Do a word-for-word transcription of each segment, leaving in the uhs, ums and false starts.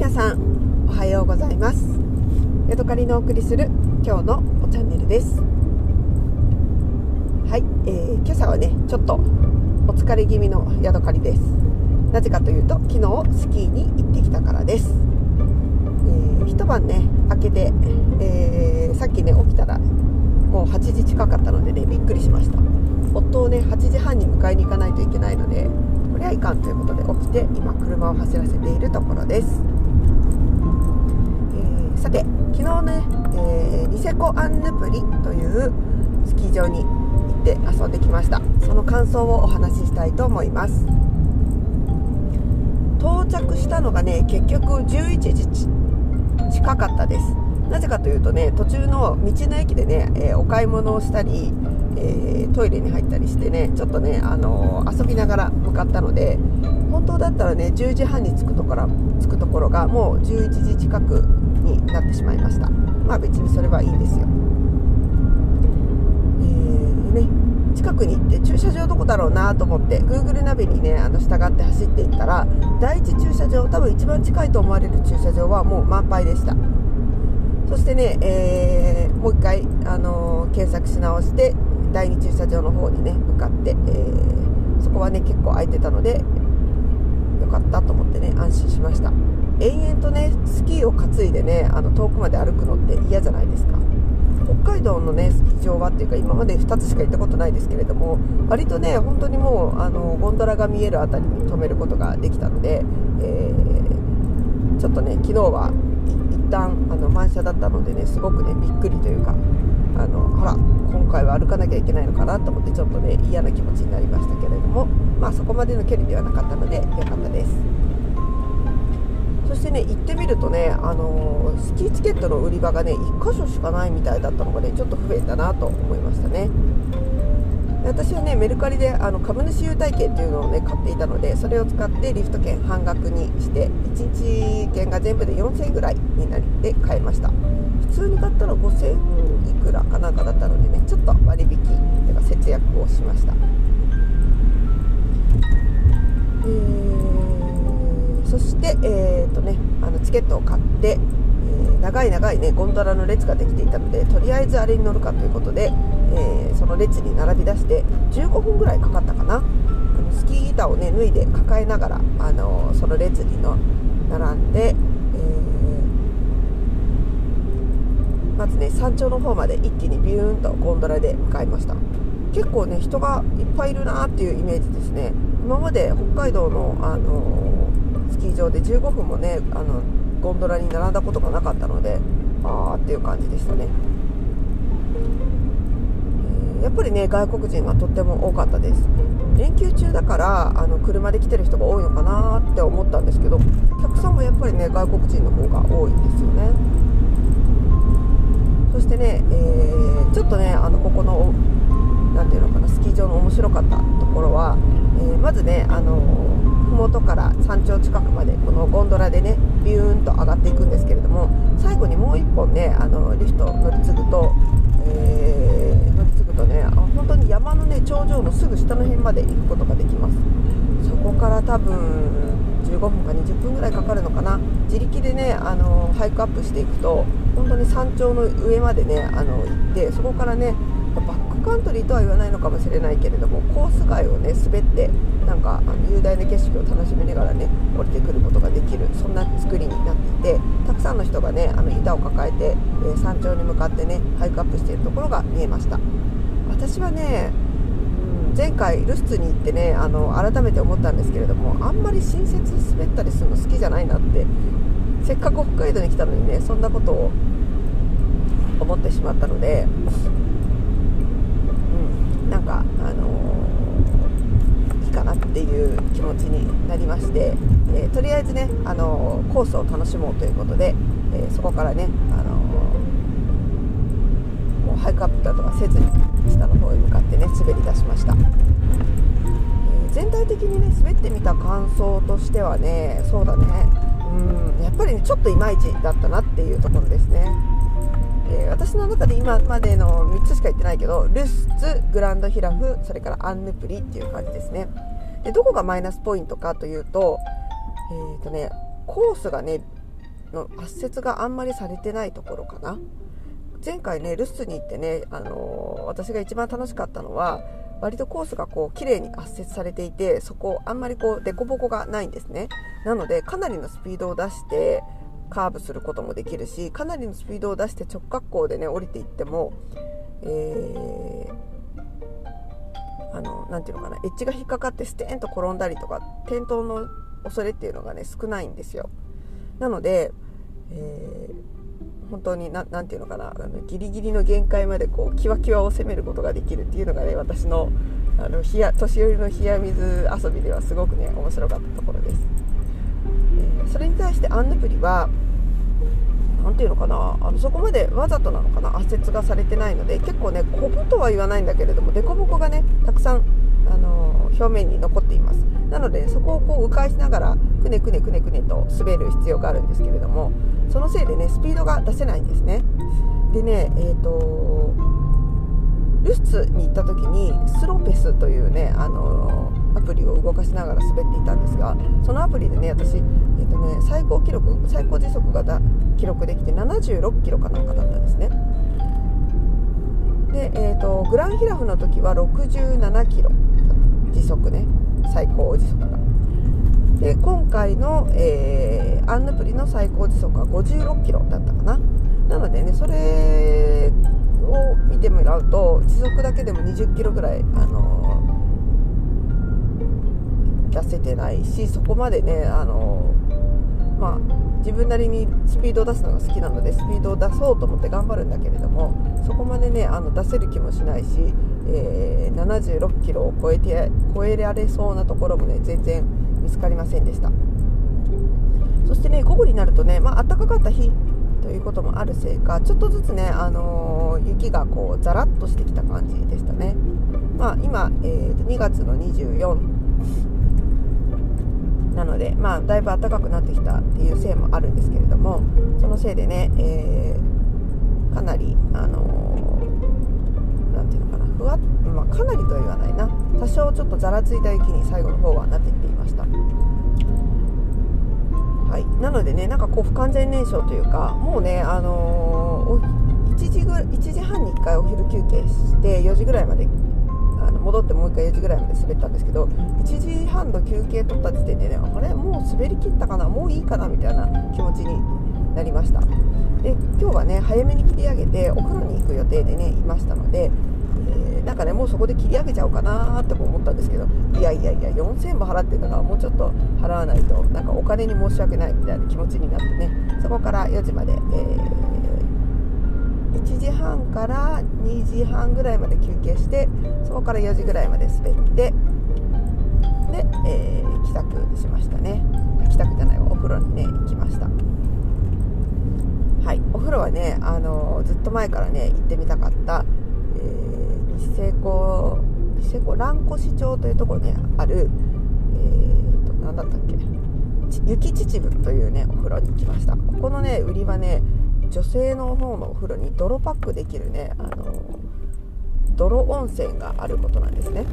皆さんおはようございます。ヤドカリのお送りする今日のチャンネルです。はい、えー、今朝はねちょっとお疲れ気味のヤドカリです。なぜかというと昨日スキーに行ってきたからです。えー、一晩ね明けて、えー、さっきね起きたらもうはちじ近かったのでねびっくりしました。夫をねはちじはんに迎えに行かないといけないのでこれはいかんということで起きて今車を走らせているところです。えー、さて昨日ね、えー、ニセコアンヌプリというスキー場に行って遊んできました。その感想をお話ししたいと思います。到着したのがね結局じゅういちじ近かったです。なぜかというとね途中の道の駅でね、えー、お買い物をしたり、えー、トイレに入ったりしてねちょっとね、あのー、遊びながら向かったので本当だったらねじゅうじはんに着くところ、着くところがもうじゅういちじ近くになってしまいました。まあ別にそれはいいんですよ。えーね、近くに行って駐車場どこだろうなと思って Google ナビにねあの従って走っていったら第一駐車場、多分一番近いと思われる駐車場はもう満杯でした。そしてね、えー、もう一回、あのー、検索し直してだいに駐車場の方にね向かって、えー、そこはね結構空いてたのでよかったと思ってね安心しました。延々とねスキーを担いでねあの遠くまで歩くのって嫌じゃないですか。北海道のねスキー場はっていうか今までふたつしか行ったことないですけれども割とね本当にもうあのゴンドラが見えるあたりに止めることができたので、えー、ちょっとね昨日は一旦あの満車だったのでねすごくねびっくりというかあのあら今回は歩かなきゃいけないのかなと思ってちょっとね嫌な気持ちになりましたけれどもまあそこまでの距離ではなかったのでよかったです。そしてね行ってみるとね、あのー、スキーチケットの売り場がねいっかしょしかないみたいだったのがねちょっと不便だなと思いましたね。私はねメルカリであの株主優待券っていうのをね買っていたのでそれを使ってリフト券半額にしていちにち券が全部でよんせんえんぐらいになって買いました。普通に買ったらごせんいくらかなんかだったのでねちょっと割引というか節約をしました。えー、そして、えーとね、あのチケットを買って、えー、長い長い、ね、ゴンドラの列ができていたのでとりあえずあれに乗るかということで、えー、その列に並び出してじゅうごふんぐらいかかったかな。あのスキーギターを、ね、脱いで抱えながらあのその列にの並んで、えー、まずね山頂の方まで一気にビューンとゴンドラで向かいました。結構ね人がいっぱいいるなっていうイメージですね。今まで北海道の、あのー、スキー場でじゅうごふんもねあのゴンドラに並んだことがなかったのであーっていう感じでしたね。えー、やっぱりね外国人がとっても多かったです。連休中だからあの車で来てる人が多いのかなって思ったんですけどお客さんもやっぱりね外国人の方が多いんですよね。そしてね、えー、ちょっとねあのここのなんていうのかなスキー場の面白かったところは、えー、まずねあの麓から山頂近くまでこのゴンドラでねビューンと上がっていくんですけれども最後にもう一本ねあのリフト乗り継ぐと、えー、乗り継ぐとね本当に山のね頂上のすぐ下の辺まで行くことができます。そこから多分じゅうごふんかにじゅっぷんぐらいかかるのかな。自力でねあのハイクアップしていくと本当に山頂の上までねあの行ってそこからねバックカントリーとは言わないのかもしれないけれどもコース外をね滑ってなんかあの雄大な景色を楽しみながらね降りてくることができるそんな作りになっていてたくさんの人がねあの板を抱えて、えー、山頂に向かってねハイクアップしているところが見えました。私はね、うん、前回ルスツに行ってねあの改めて思ったんですけれどもあんまり新雪滑ったりするの好きじゃないなってせっかく北海道に来たのにねそんなことを思ってしまったのでなんか、あのー、いいかなっていう気持ちになりまして、えー、とりあえずね、あのー、コースを楽しもうということで、えー、そこからね、あのー、もうハイクアップだとかせずに下の方へ向かってね滑り出しました。えー、全体的にね滑ってみた感想としてはねそうだねうんやっぱりねちょっといまいちだったなっていうところですね。えー、私の中で今までのみっつしか言ってないけどルスツ、グランドヒラフ、それからアンヌプリっていう感じですね。でどこがマイナスポイントかというと、えーとね、コースがねの圧雪があんまりされてないところかな。前回ねルスツに行ってね、あのー、私が一番楽しかったのは割とコースがこう綺麗に圧雪されていて、そこあんまりこう凸凹がないんですね。なのでかなりのスピードを出してカーブすることもできるし、かなりのスピードを出して直角行でね降りていっても、えー、あのなんていうのかな、エッジが引っかかってステーンと転んだりとか転倒の恐れっていうのがね少ないんですよ。なので、えー本当にななんていうのかな、あのギリギリの限界までこうキワキワを攻めることができるっていうのがね、私のあの冷や年寄りの冷や水遊びではすごくね面白かったところです。えー、それに対してアンヌプリはなんていうのかな、あのそこまでわざとなのかな、圧雪がされてないので結構ねコブとは言わないんだけれども凸凹がねたくさん、あのー、表面に残っています。なのでそこをこう迂回しながらくねくねくねくねと滑る必要があるんですけれども、そのせいでねスピードが出せないんですね。でね、えーとルスツに行った時にスロペスというね、あのー、アプリを動かしながら滑っていたんですが、そのアプリでね私、えーとね、最高記録最高時速がだ記録できてななじゅうろっキロかなんかだったんですね。で、えーとグランヒラフの時はろくじゅうななキロ時速ね、最高時速が。で今回の、えー、アンヌプリの最高時速はごじゅうろっキロだったかな。なのでねそれを見てもらうと時速だけでもにじゅっキロぐらい、あのー、出せてないし、そこまでね、あのー、まあ自分なりにスピードを出すのが好きなのでスピードを出そうと思って頑張るんだけれども、そこまでねあの出せる気もしないし、えー、ななじゅうろっキロを超えて超えられそうなところもね全然見つかりませんでした。そしてね午後になるとね、まあ暖かかった日ということもあるせいかちょっとずつね、あのー、雪がこうザラッとしてきた感じでしたね。まあ今、えー、とにがつのにじゅうよっかなので、まあ、だいぶ暖かくなってきたっていうせいもあるんですけれども、そのせいでね、えー、かなり、あのー、なんていうのかな、ふわっ、まあ、かなりとは言わないな、多少ちょっとざらついた雪に最後の方はなってきていました。はい、なのでね、なんかこう不完全燃焼というか、もうね、あのー、いちじぐいちじはんにいっかいお昼休憩してよじぐらいまであの戻ってもういっかいよじぐらいまで滑ったんですけど、いちじはんの休憩取った時点でね、あれもう滑り切ったかな、もういいかなみたいな気持ちになりました。で今日はね早めに切り上げてお風呂に行く予定でねいましたので、えー、なんかねもうそこで切り上げちゃおうかなって思ったんですけど、いやいやいやよんせんえんも払ってるからもうちょっと払わないとなんかお金に申し訳ないみたいな気持ちになってね、そこからよじまで、えー、いちじはんからにじはんぐらいまで休憩して、そこからよじぐらいまで滑って、で、えー、帰宅しましたね。帰宅じゃないわ、お風呂にね行きました。はい、お風呂はね、あのー、ずっと前からね行ってみたかった、えー、ニセコニセコ蘭越町というところにある、えーと何だったっけ、雪秩父というねお風呂に行きました。ここのね売りはね、女性の方のお風呂に泥パックできるね、あのー、泥温泉があることなんですね。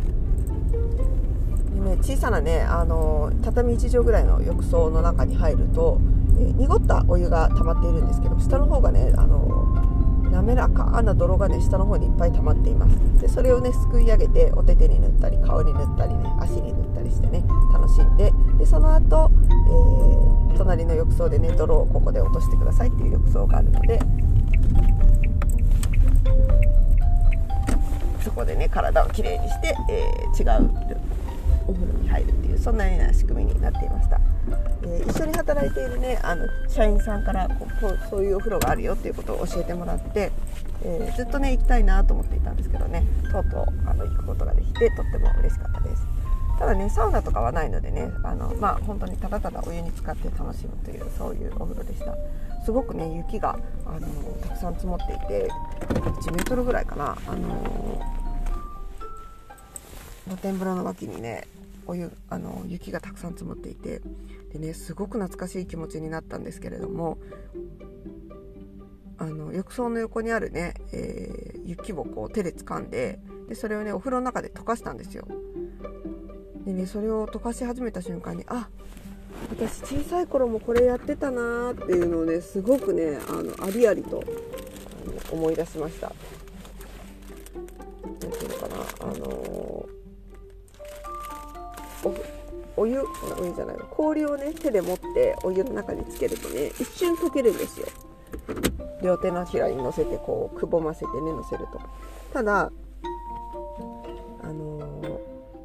でね、小さなね、あのー、畳いちじょうぐらいの浴槽の中に入ると、えー、濁ったお湯が溜まっているんですけど、下の方がね、あのー、滑らかな泥がね下の方にいっぱい溜まっています。でそれをねすくい上げてお手手に塗ったり顔に塗ったりね足に塗ったりしてね楽しんで、でその後、えー、隣の浴槽でね泥をここで落としてくださいっていう浴槽があるので、そこでね体をきれいにして、えー、違うお風呂に入るっていう、そんなような仕組みになっていました。えー、一緒に働いているねあの社員さんからこうこうそういうお風呂があるよっていうことを教えてもらって、えー、ずっとね行きたいなと思っていたんですけどね、とうとうあの行くことができてとっても嬉しかったです。ただねサウナとかはないのでね、あのまあ本当にただただお湯に浸かって楽しむという、そういうお風呂でした。すごくね雪があのたくさん積もっていて、いちメートルぐらいかな、あの露天風呂の脇にねお湯あの雪がたくさん積もっていて、でねすごく懐かしい気持ちになったんですけれども、あの浴槽の横にあるね、えー、雪をこう手で掴んで、でそれをねお風呂の中で溶かしたんですよ。でねそれを溶かし始めた瞬間に、あ私小さい頃もこれやってたなーっていうのをねすごくねあのありありとあの思い出しました。なんていうのかな、あのー、お, お湯お湯じゃない氷をね手で持ってお湯の中につけるとね一瞬溶けるんですよ。両手のひらに乗せてこうくぼませてね乗せると。ただあのー、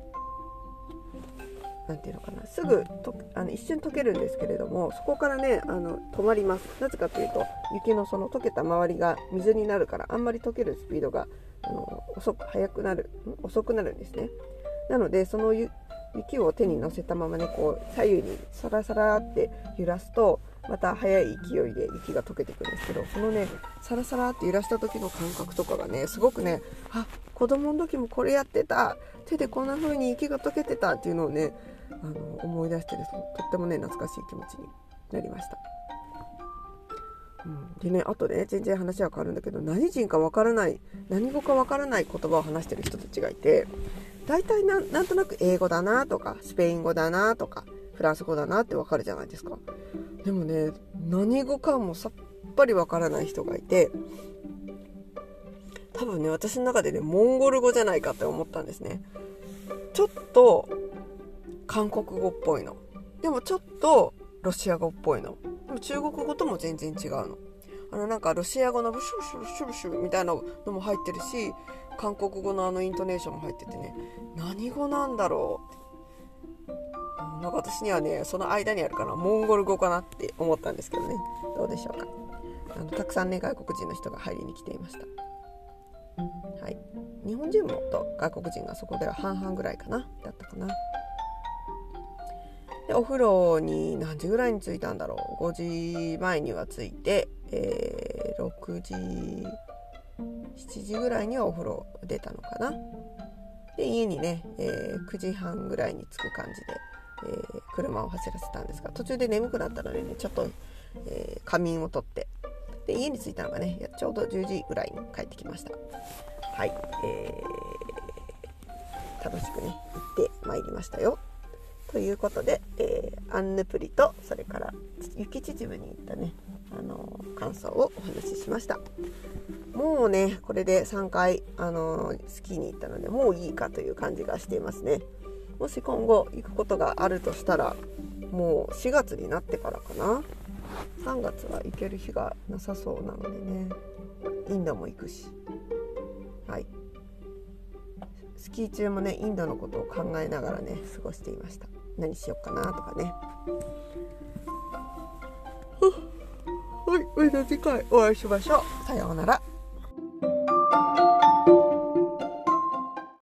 なんていうのかな、すぐとあの一瞬溶けるんですけれども、そこからねあの止まります。なぜかというと雪のその溶けた周りが水になるから、あんまり溶けるスピードがあの遅く速くなる遅くなるんですね。なのでその雪を手に乗せたままねこう左右にサラサラって揺らすとまた速い勢いで雪が溶けていくんですけど、このねサラサラって揺らした時の感覚とかがねすごくね、あ、子供の時もこれやってた、手でこんな風に雪が溶けてたっていうのをねあの思い出してです、とってもね懐かしい気持ちになりました。うん、でね、あとね全然話は変わるんだけど、何人かわからない何語かわからない言葉を話してる人たちがいて、大体 な, なんとなく英語だなとかスペイン語だなとかフランス語だなってわかるじゃないですか。でもね何語かもさっぱりわからない人がいて、多分ね私の中でねモンゴル語じゃないかって思ったんですね。ちょっと韓国語っぽいの、でもちょっとロシア語っぽいの、でも中国語とも全然違うの。あのなんかロシア語のブシュブシュブシュブシュみたいなのも入ってるし、韓国語のあのイントネーションも入っててね、何語なんだろうって、なんか私にはねその間にあるかな、モンゴル語かなって思ったんですけどね、どうでしょうか。あのたくさんね外国人の人が入りに来ていました。はい、日本人もと外国人がそこでは半々ぐらいかなだったかな。でお風呂に何時ぐらいに着いたんだろう、ごじまえには着いて、えー、ろくじしちじぐらいにはお風呂出たのかな。で家にね、えー、くじはんぐらいに着く感じで、えー、車を走らせたんですが、途中で眠くなったのでねちょっと、えー、仮眠をとって、で家に着いたのがねちょうどじゅうじぐらいに帰ってきました。はい、えー、楽しくね行ってまいりましたよということで、えー、アンヌプリとそれから雪秩父に行ったね、あのー、感想をお話ししました。もうねこれでさんかい、あのー、スキーに行ったのでもういいかという感じがしていますね。もし今後行くことがあるとしたらもうしがつになってからかな。さんがつは行ける日がなさそうなのでね、インドも行くし、はい、スキー中もねインドのことを考えながらね過ごしていました。何しようかなとかね。はい、また次回お会いしましょう。さようなら。